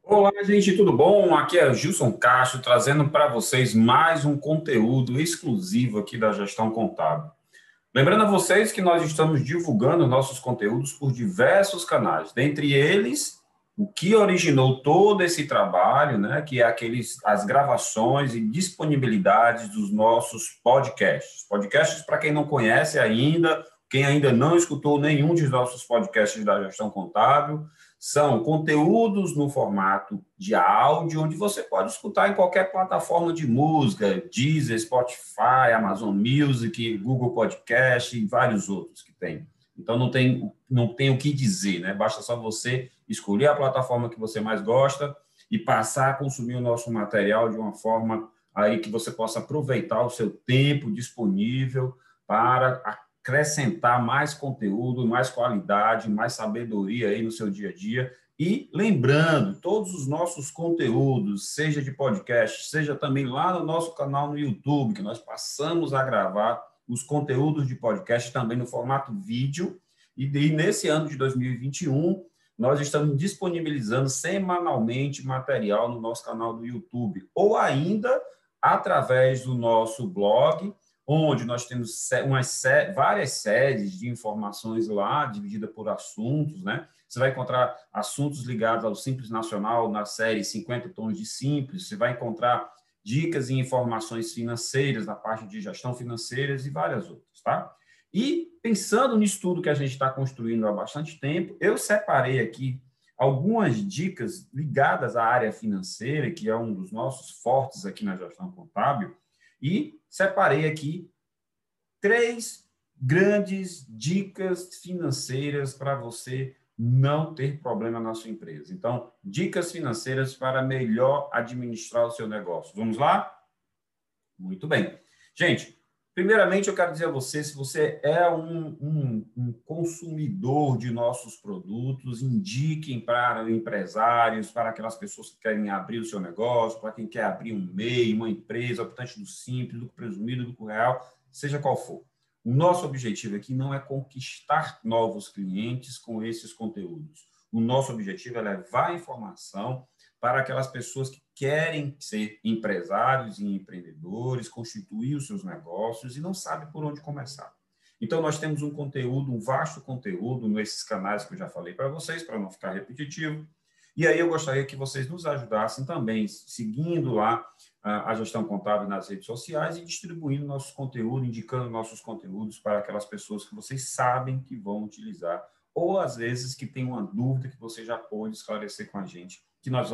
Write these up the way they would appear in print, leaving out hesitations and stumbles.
Olá, gente, tudo bom? Aqui é o Gilson Castro, trazendo para vocês mais um conteúdo exclusivo aqui da Gestão Contábil. Lembrando a vocês que nós estamos divulgando nossos conteúdos por diversos canais, dentre eles, o que originou todo esse trabalho, né, que é as gravações e disponibilidades dos nossos podcasts. Podcasts, para quem não conhece ainda, quem ainda não escutou nenhum dos nossos podcasts da Gestão Contábil, são conteúdos no formato de áudio, onde você pode escutar em qualquer plataforma de música, Deezer, Spotify, Amazon Music, Google Podcast e vários outros que tem. Então, não tem o que dizer, né? Basta só você escolher a plataforma que você mais gosta e passar a consumir o nosso material de uma forma aí que você possa aproveitar o seu tempo disponível para acrescentar mais conteúdo, mais qualidade, mais sabedoria aí no seu dia a dia. E lembrando, todos os nossos conteúdos, seja de podcast, seja também lá no nosso canal no YouTube, que nós passamos a gravar os conteúdos de podcast também no formato vídeo. E nesse ano de 2021, nós estamos disponibilizando semanalmente material no nosso canal do YouTube, ou ainda através do nosso blog, onde nós temos várias séries de informações lá, dividida por assuntos, né? Você vai encontrar assuntos ligados ao Simples Nacional na série 50 Tons de Simples, você vai encontrar dicas e informações financeiras na parte de gestão financeira e várias outras, tá? E pensando nisso tudo que a gente está construindo há bastante tempo, eu separei aqui algumas dicas ligadas à área financeira, que é um dos nossos fortes aqui na gestão contábil, e separei aqui 3 grandes dicas financeiras para você não ter problema na sua empresa. Então, dicas financeiras para melhor administrar o seu negócio. Vamos lá? Muito bem. Gente, primeiramente eu quero dizer a você, se você é um consumidor de nossos produtos, indiquem para empresários, para aquelas pessoas que querem abrir o seu negócio, para quem quer abrir um MEI, uma empresa, optante do simples, do presumido, do real, seja qual for. O nosso objetivo aqui não é conquistar novos clientes com esses conteúdos. O nosso objetivo é levar informação para aquelas pessoas que querem ser empresários e empreendedores, constituir os seus negócios e não sabem por onde começar. Então, nós temos um conteúdo, um vasto conteúdo nesses canais que eu já falei para vocês, para não ficar repetitivo. E aí eu gostaria que vocês nos ajudassem também, seguindo lá a gestão contábil nas redes sociais e distribuindo nosso conteúdo, indicando nossos conteúdos para aquelas pessoas que vocês sabem que vão utilizar, ou às vezes que tem uma dúvida que você já pode esclarecer com a gente, que nós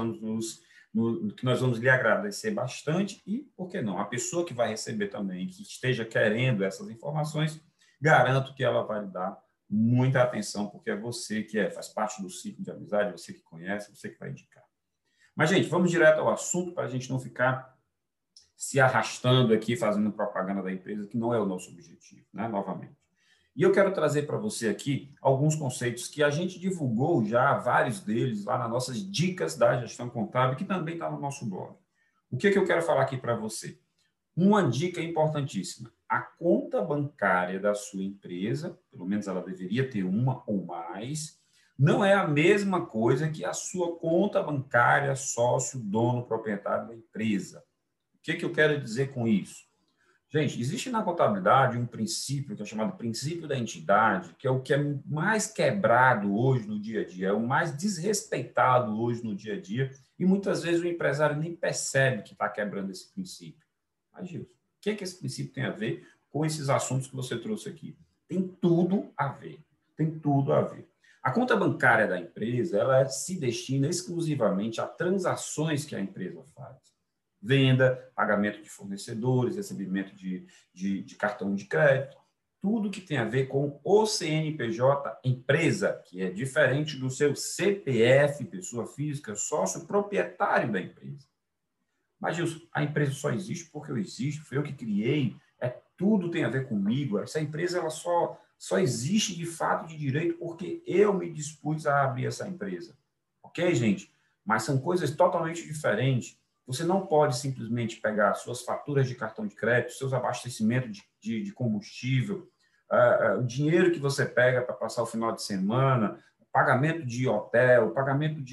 vamos lhe agradecer bastante e, por que não, a pessoa que vai receber também, que esteja querendo essas informações, garanto que ela vai lhe dar muita atenção, porque é você que faz parte do ciclo de amizade, você que conhece, você que vai indicar. Mas, gente, vamos direto ao assunto para a gente não ficar se arrastando aqui, fazendo propaganda da empresa, que não é o nosso objetivo, né? Novamente. E eu quero trazer para você aqui alguns conceitos que a gente divulgou já, vários deles, lá nas nossas dicas da gestão contábil, que também está no nosso blog. O que eu quero falar aqui para você? Uma dica importantíssima. A conta bancária da sua empresa, pelo menos ela deveria ter uma ou mais, não é a mesma coisa que a sua conta bancária sócio, dono, proprietário da empresa. O que eu quero dizer com isso? Gente, existe na contabilidade um princípio que é chamado princípio da entidade, que é o que é mais quebrado hoje no dia a dia, é o mais desrespeitado hoje no dia a dia, e muitas vezes o empresário nem percebe que está quebrando esse princípio. Mas, Gilson, o que esse princípio tem a ver com esses assuntos que você trouxe aqui? Tem tudo a ver. Tem tudo a ver. A conta bancária da empresa, ela se destina exclusivamente a transações que a empresa faz. Venda, pagamento de fornecedores, recebimento de cartão de crédito, tudo que tem a ver com o CNPJ empresa, que é diferente do seu CPF, pessoa física, sócio proprietário da empresa. Mas, Gilson, a empresa só existe porque eu existo, foi eu que criei, tudo tem a ver comigo, essa empresa ela só existe de fato de direito porque eu me dispus a abrir essa empresa. Ok, gente? Mas são coisas totalmente diferentes. Você não pode simplesmente pegar suas faturas de cartão de crédito, seus abastecimentos de combustível, o dinheiro que você pega para passar o final de semana, pagamento de hotel, pagamento de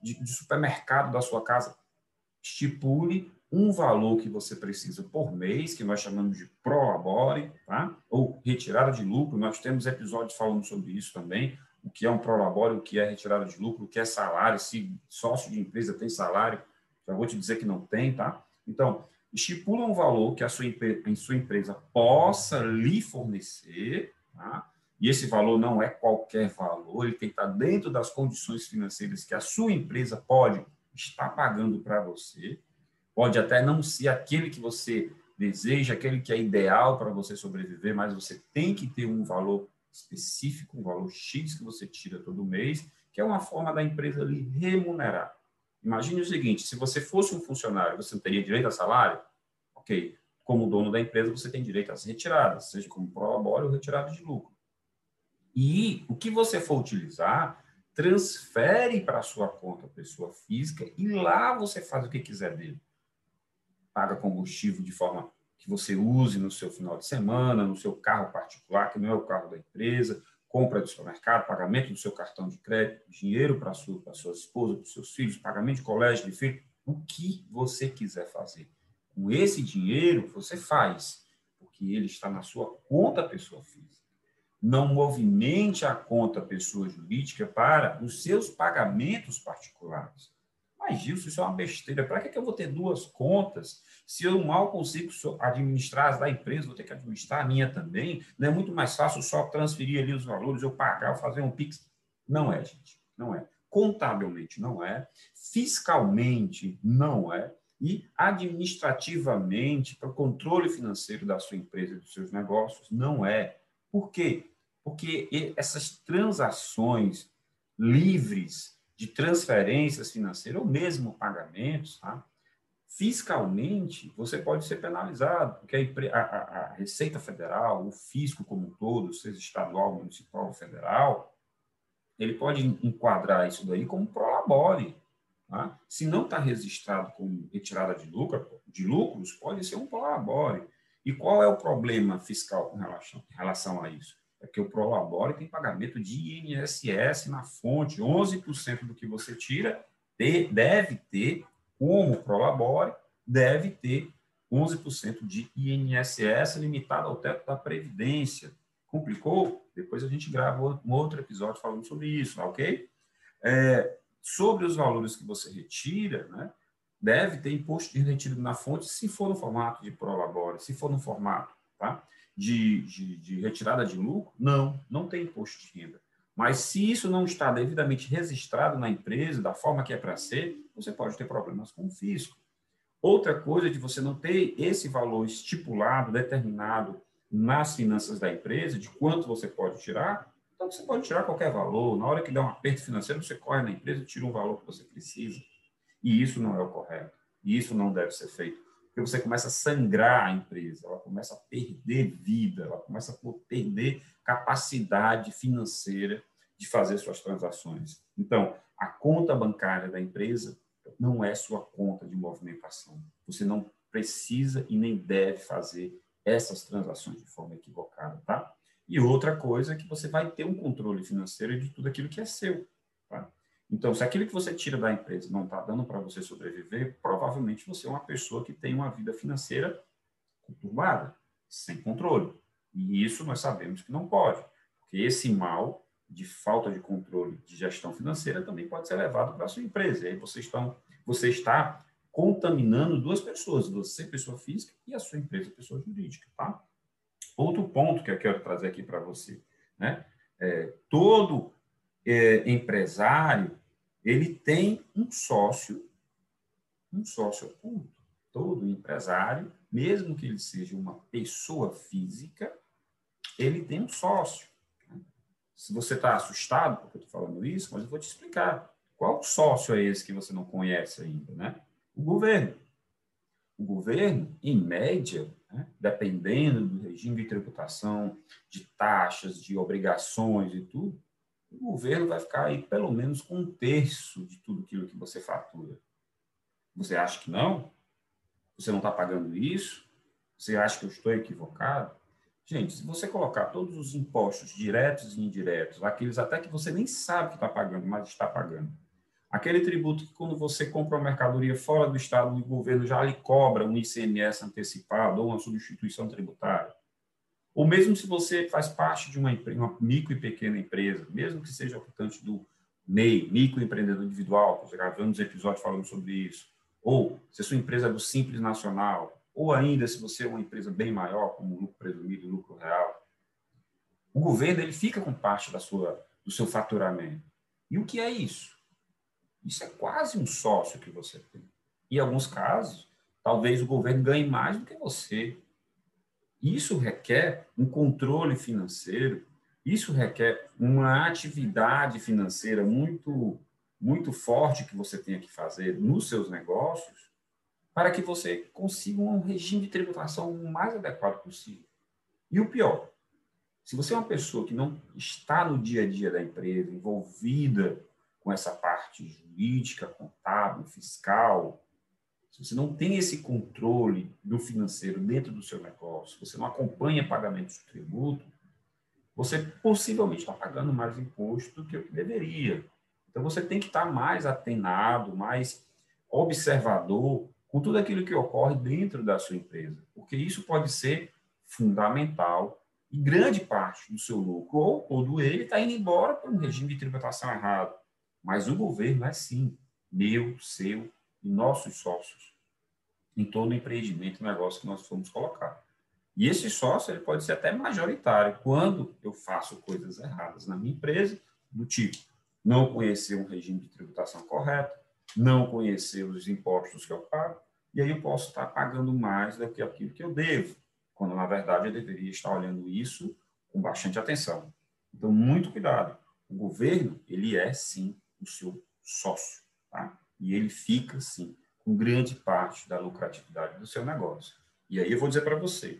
de supermercado da sua casa. Estipule um valor que você precisa por mês, que nós chamamos de prolabore, tá? Ou retirada de lucro. Nós temos episódios falando sobre isso também, o que é um prolabore, o que é retirada de lucro, o que é salário, se sócio de empresa tem salário, já vou te dizer que não tem, tá? Então, estipula um valor que a sua empresa possa lhe fornecer, tá? E esse valor não é qualquer valor, ele tem que estar dentro das condições financeiras que a sua empresa pode estar pagando para você. Pode até não ser aquele que você deseja, aquele que é ideal para você sobreviver, mas você tem que ter um valor específico, um valor X que você tira todo mês, que é uma forma da empresa lhe remunerar. Imagine o seguinte, se você fosse um funcionário, você não teria direito a salário? Ok. Como dono da empresa, você tem direito às retiradas, seja como prolabore ou retirada de lucro. E o que você for utilizar, transfere para a sua conta pessoa física e lá você faz o que quiser dele. Paga combustível de forma que você use no seu final de semana, no seu carro particular, que não é o carro da empresa, compra do supermercado, pagamento do seu cartão de crédito, dinheiro para a sua esposa, para os seus filhos, pagamento de colégio, de filho, o que você quiser fazer. Com esse dinheiro, você faz, porque ele está na sua conta pessoa física. Não movimente a conta pessoa jurídica para os seus pagamentos particulares. Mas, Gilson, isso é uma besteira. Para que eu vou ter duas contas se eu mal consigo administrar as da empresa, vou ter que administrar a minha também? Não é muito mais fácil só transferir ali os valores, eu pagar, eu fazer um Pix? Não é, gente. Não é. Contabilmente não é. Fiscalmente não é. E administrativamente, para o controle financeiro da sua empresa e dos seus negócios, não é. Por quê? Porque essas transações livres de transferências financeiras ou mesmo pagamentos, tá? Fiscalmente, você pode ser penalizado, porque a Receita Federal, o fisco como um todo, seja estadual, municipal ou federal, ele pode enquadrar isso daí como prolabore. Tá? Se não está registrado como retirada de lucros, pode ser um prolabore. E qual é o problema fiscal com relação a isso? É que o prolabore tem pagamento de INSS na fonte, 11% do que você tira deve ter, como prolabore, deve ter 11% de INSS limitado ao teto da Previdência. Complicou? Depois a gente grava um outro episódio falando sobre isso, tá ok? Sobre os valores que você retira, né, deve ter imposto de retiro na fonte se for no formato de prolabore, se for no formato, tá, de retirada de lucro, não tem imposto de renda. Mas se isso não está devidamente registrado na empresa, da forma que é para ser, você pode ter problemas com o fisco. Outra coisa é de você não ter esse valor estipulado, determinado nas finanças da empresa, de quanto você pode tirar. Então, você pode tirar qualquer valor. Na hora que dá um aperto financeiro, você corre na empresa e tira um valor que você precisa. E isso não é o correto. E isso não deve ser feito. Porque você começa a sangrar a empresa, ela começa a perder vida, ela começa a perder capacidade financeira de fazer suas transações. Então, a conta bancária da empresa não é sua conta de movimentação. Você não precisa e nem deve fazer essas transações de forma equivocada, tá? E outra coisa é que você vai ter um controle financeiro de tudo aquilo que é seu, tá? Então, se aquilo que você tira da empresa não está dando para você sobreviver, provavelmente você é uma pessoa que tem uma vida financeira conturbada, sem controle. E isso nós sabemos que não pode, porque esse mal de falta de controle de gestão financeira também pode ser levado para a sua empresa. E aí você está contaminando duas pessoas, você, pessoa física, e a sua empresa, pessoa jurídica, tá? Outro ponto que eu quero trazer aqui para você, né? Todo empresário, ele tem um sócio oculto. Todo empresário, mesmo que ele seja uma pessoa física, ele tem um sócio. Se você está assustado porque eu estou falando isso, mas eu vou te explicar. Qual sócio é esse que você não conhece ainda, né? O governo. O governo, em média, né, dependendo do regime de tributação, de taxas, de obrigações e tudo, o governo vai ficar aí pelo menos com 1/3 de tudo aquilo que você fatura. Você acha que não? Você não está pagando isso? Você acha que eu estou equivocado? Gente, se você colocar todos os impostos diretos e indiretos, aqueles até que você nem sabe que está pagando, mas está pagando, Aquele tributo que quando você compra uma mercadoria fora do estado, o governo já lhe cobra um ICMS antecipado ou uma substituição tributária. Ou mesmo se você faz parte de uma micro e pequena empresa, mesmo que seja ocupante do MEI, microempreendedor individual, que já gravamos episódios falando sobre isso, ou se a sua empresa é do Simples Nacional, ou ainda se você é uma empresa bem maior, como lucro presumido, lucro real, o governo ele fica com parte do seu faturamento. E o que é isso? Isso é quase um sócio que você tem. Em alguns casos, talvez o governo ganhe mais do que você. Isso requer um controle financeiro, isso requer uma atividade financeira muito forte que você tenha que fazer nos seus negócios para que você consiga um regime de tributação o mais adequado possível. E o pior, se você é uma pessoa que não está no dia a dia da empresa, envolvida com essa parte jurídica, contábil, fiscal, se você não tem esse controle do financeiro dentro do seu negócio, você não acompanha pagamentos de tributo, você possivelmente está pagando mais imposto do que o que deveria. Então, você tem que estar mais atenado, mais observador com tudo aquilo que ocorre dentro da sua empresa, porque isso pode ser fundamental e grande parte do seu lucro, ou todo ele, está indo embora por um regime de tributação errado. Mas o governo é sim meu, seu e nossos sócios em todo o empreendimento e negócio que nós formos colocar. E esse sócio ele pode ser até majoritário quando eu faço coisas erradas na minha empresa, do tipo não conhecer um regime de tributação correto, não conhecer os impostos que eu pago, e aí eu posso estar pagando mais do que aquilo que eu devo, quando na verdade eu deveria estar olhando isso com bastante atenção. Então, muito cuidado. O governo, ele é sim o seu sócio, tá? E ele fica sim com grande parte da lucratividade do seu negócio. E aí eu vou dizer para você,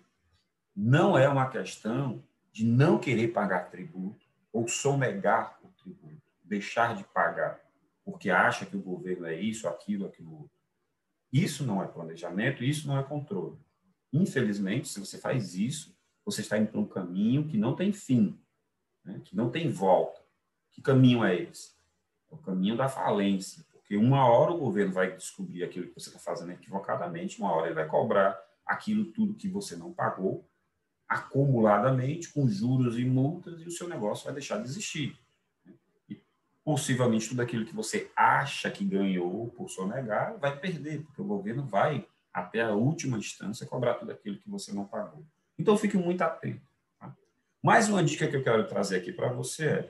não é uma questão de não querer pagar tributo ou sonegar o tributo, deixar de pagar, porque acha que o governo é isso, aquilo, aquilo outro. Isso não é planejamento, isso não é controle. Infelizmente, se você faz isso, você está indo para um caminho que não tem fim, né? Que não tem volta. Que caminho é esse? É o caminho da falência, porque uma hora o governo vai descobrir aquilo que você está fazendo equivocadamente, uma hora ele vai cobrar aquilo tudo que você não pagou, acumuladamente, com juros e multas, e o seu negócio vai deixar de existir. E possivelmente tudo aquilo que você acha que ganhou por sonegar, vai perder, porque o governo vai, até a última instância, cobrar tudo aquilo que você não pagou. Então, fique muito atento. Tá? Mais uma dica que eu quero trazer aqui para você é: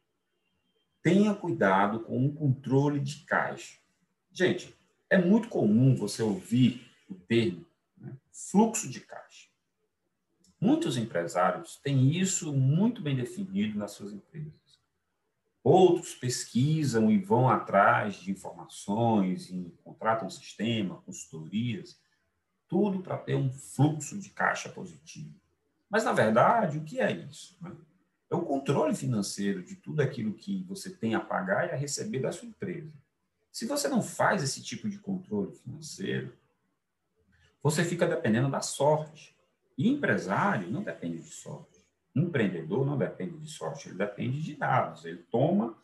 tenha cuidado com o controle de caixa. Gente, é muito comum você ouvir o termo, né, fluxo de caixa. Muitos empresários têm isso muito bem definido nas suas empresas. Outros pesquisam e vão atrás de informações, e contratam um sistema, consultorias, tudo para ter um fluxo de caixa positivo. Mas, na verdade, o que é isso? Né? É o controle financeiro de tudo aquilo que você tem a pagar e a receber da sua empresa. Se você não faz esse tipo de controle financeiro, você fica dependendo da sorte. E empresário não depende de sorte. Empreendedor não depende de sorte, ele depende de dados. Ele toma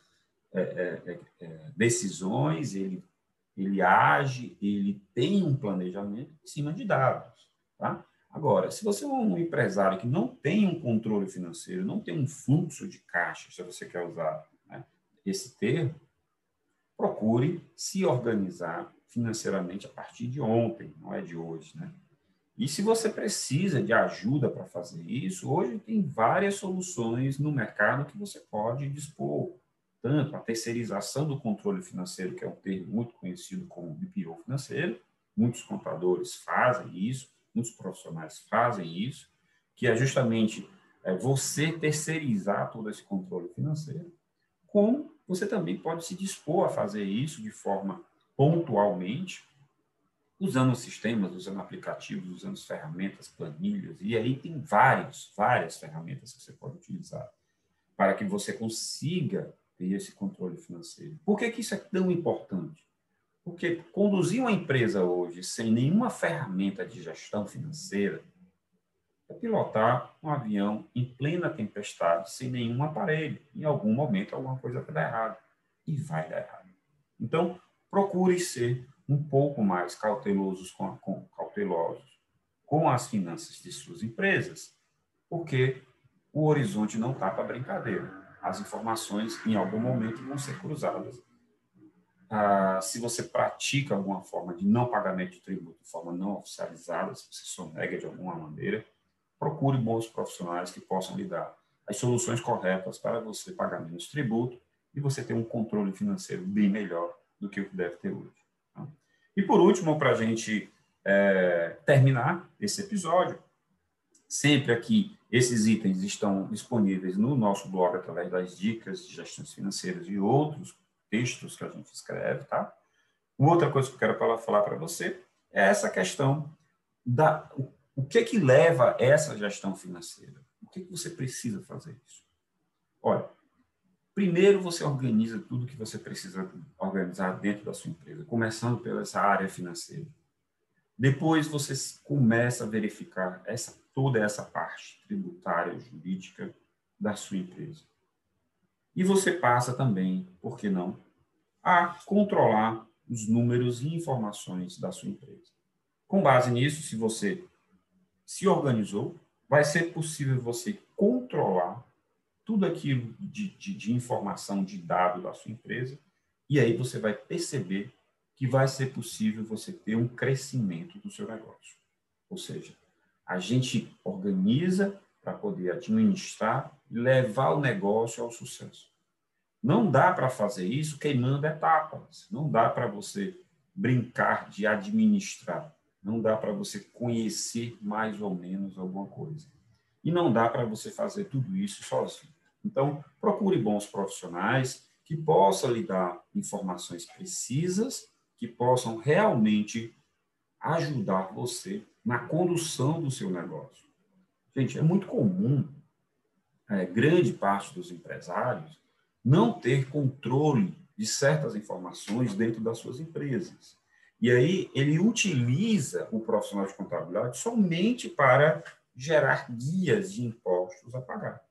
decisões, ele age, ele tem um planejamento em cima de dados. Tá? Agora, se você é um empresário que não tem um controle financeiro, não tem um fluxo de caixa, se você quer usar, né, esse termo, procure se organizar financeiramente a partir de ontem, não é de hoje, né? E se você precisa de ajuda para fazer isso, hoje tem várias soluções no mercado que você pode dispor. Tanto a terceirização do controle financeiro, que é um termo muito conhecido como BPO financeiro, muitos contadores fazem isso, muitos profissionais fazem isso, que é justamente você terceirizar todo esse controle financeiro, como você também pode se dispor a fazer isso de forma pontualmente, usando sistemas, usando aplicativos, usando ferramentas, planilhas, e aí tem várias ferramentas que você pode utilizar para que você consiga ter esse controle financeiro. Por que que isso é tão importante? Porque conduzir uma empresa hoje sem nenhuma ferramenta de gestão financeira é pilotar um avião em plena tempestade, sem nenhum aparelho. Em algum momento, alguma coisa vai dar errado. E vai dar errado. Então, procure ser um pouco mais cautelosos com as finanças de suas empresas, porque o horizonte não está para brincadeira. As informações, em algum momento, vão ser cruzadas. Se você pratica alguma forma de não pagamento de tributo de forma não oficializada, se você sonega de alguma maneira, procure bons profissionais que possam lhe dar as soluções corretas para você pagar menos tributo e você ter um controle financeiro bem melhor do que o que deve ter hoje. Tá? E por último, para a gente terminar esse episódio, sempre aqui esses itens estão disponíveis no nosso blog através das dicas de gestões financeiras e outros textos que a gente escreve, tá? Uma outra coisa que eu quero falar para você é essa questão o que leva a essa gestão financeira? O que você precisa fazer isso? Olha, primeiro você organiza tudo que você precisa organizar dentro da sua empresa, começando pela essa área financeira. Depois você começa a verificar toda essa parte tributária, jurídica da sua empresa. E você passa também, por que não, a controlar os números e informações da sua empresa. Com base nisso, se você se organizou, vai ser possível você controlar tudo aquilo de informação, de dado da sua empresa, e aí você vai perceber que vai ser possível você ter um crescimento do seu negócio. Ou seja, a gente organiza para poder administrar e levar o negócio ao sucesso. Não dá para fazer isso queimando etapas. Não dá para você brincar de administrar. Não dá para você conhecer mais ou menos alguma coisa. E não dá para você fazer tudo isso sozinho. Então, procure bons profissionais que possam lhe dar informações precisas, que possam realmente ajudar você na condução do seu negócio. Gente, é muito comum, grande parte dos empresários, não ter controle de certas informações dentro das suas empresas. E aí ele utiliza o profissional de contabilidade somente para gerar guias de impostos a pagar.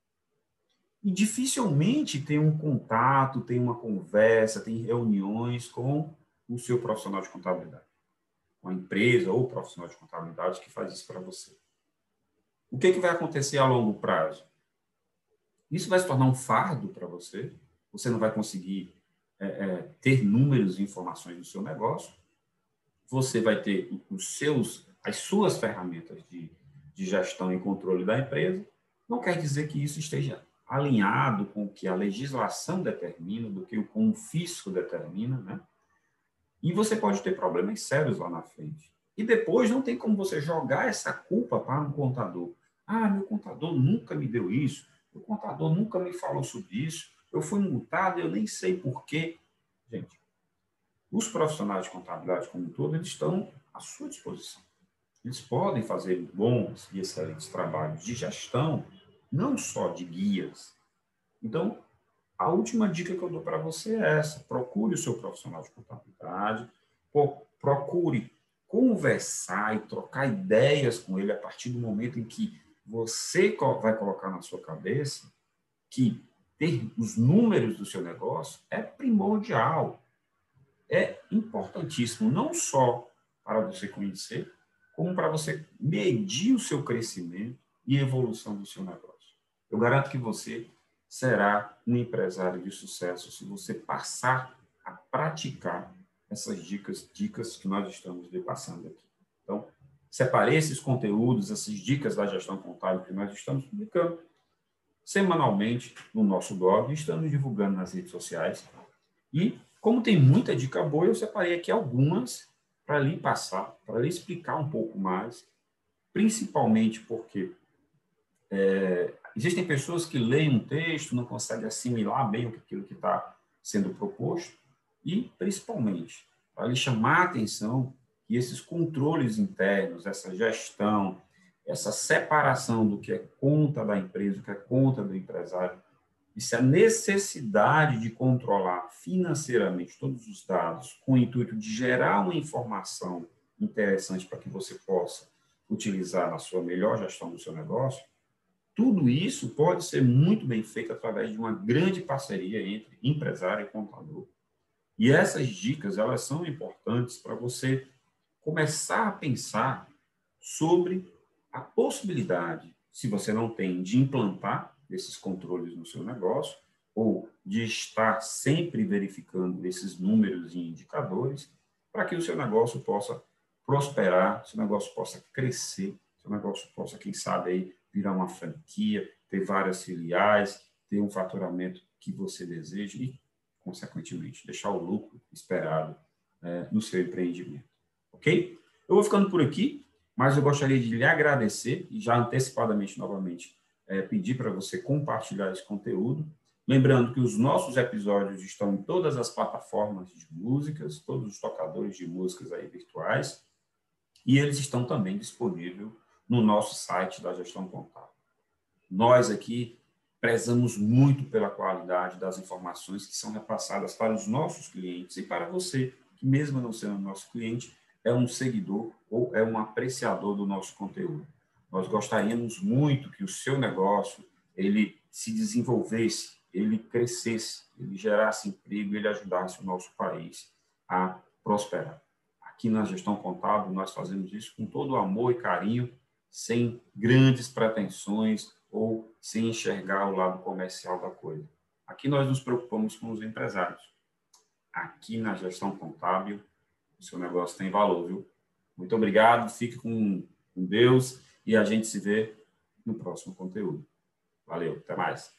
E dificilmente tem um contato, tem uma conversa, tem reuniões com o seu profissional de contabilidade, com a empresa ou o profissional de contabilidade que faz isso para você. O que vai acontecer a longo prazo? Isso vai se tornar um fardo para você, você não vai conseguir ter números e informações do seu negócio, você vai ter as suas ferramentas de gestão e controle da empresa, não quer dizer que isso esteja alinhado com o que a legislação determina, do que o fisco determina, né? E você pode ter problemas sérios lá na frente. E depois não tem como você jogar essa culpa para um contador. Meu contador nunca me deu isso, o contador nunca me falou sobre isso, eu fui multado, eu nem sei por quê. Gente, os profissionais de contabilidade como um todo, eles estão à sua disposição. Eles podem fazer bons e excelentes trabalhos de gestão, não só de guias. Então, a última dica que eu dou para você é essa: procure o seu profissional de contabilidade, procure conversar e trocar ideias com ele a partir do momento em que você vai colocar na sua cabeça que ter os números do seu negócio é primordial, é importantíssimo, não só para você conhecer, como para você medir o seu crescimento e evolução do seu negócio. Eu garanto que você será um empresário de sucesso se você passar a praticar essas dicas que nós estamos lhe passando aqui. Então, separei esses conteúdos, essas dicas da gestão contábil que nós estamos publicando semanalmente no nosso blog, estamos divulgando nas redes sociais. E, como tem muita dica boa, eu separei aqui algumas para lhe passar, para lhe explicar um pouco mais, principalmente porque existem pessoas que leem um texto, não conseguem assimilar bem aquilo que está sendo proposto, e, principalmente, para lhe chamar a atenção que esses controles internos, essa gestão, essa separação do que é conta da empresa, do que é conta do empresário, isso é a necessidade de controlar financeiramente todos os dados com o intuito de gerar uma informação interessante para que você possa utilizar na sua melhor gestão do seu negócio. Tudo isso pode ser muito bem feito através de uma grande parceria entre empresário e contador, E essas dicas, elas são importantes para você começar a pensar sobre a possibilidade, se você não tem, de implantar esses controles no seu negócio, ou de estar sempre verificando esses números e indicadores, para que o seu negócio possa prosperar, seu negócio possa crescer, seu negócio possa, quem sabe, aí, virar uma franquia, ter várias filiais, ter um faturamento que você deseja e, consequentemente, deixar o lucro esperado no seu empreendimento. Ok? Eu vou ficando por aqui, mas eu gostaria de lhe agradecer e já antecipadamente, novamente, pedir para você compartilhar esse conteúdo. Lembrando que os nossos episódios estão em todas as plataformas de músicas, todos os tocadores de músicas aí virtuais, e eles estão também disponíveis no nosso site da Gestão Contábil. Nós aqui prezamos muito pela qualidade das informações que são repassadas para os nossos clientes e para você, que mesmo não sendo nosso cliente, é um seguidor ou é um apreciador do nosso conteúdo. Nós gostaríamos muito que o seu negócio ele se desenvolvesse, ele crescesse, ele gerasse emprego, ele ajudasse o nosso país a prosperar. Aqui na Gestão Contábil, nós fazemos isso com todo o amor e carinho, sem grandes pretensões ou sem enxergar o lado comercial da coisa. Aqui nós nos preocupamos com os empresários. Aqui na Gestão Contábil, o seu negócio tem valor, viu? Muito obrigado, fique com Deus e a gente se vê no próximo conteúdo. Valeu, até mais.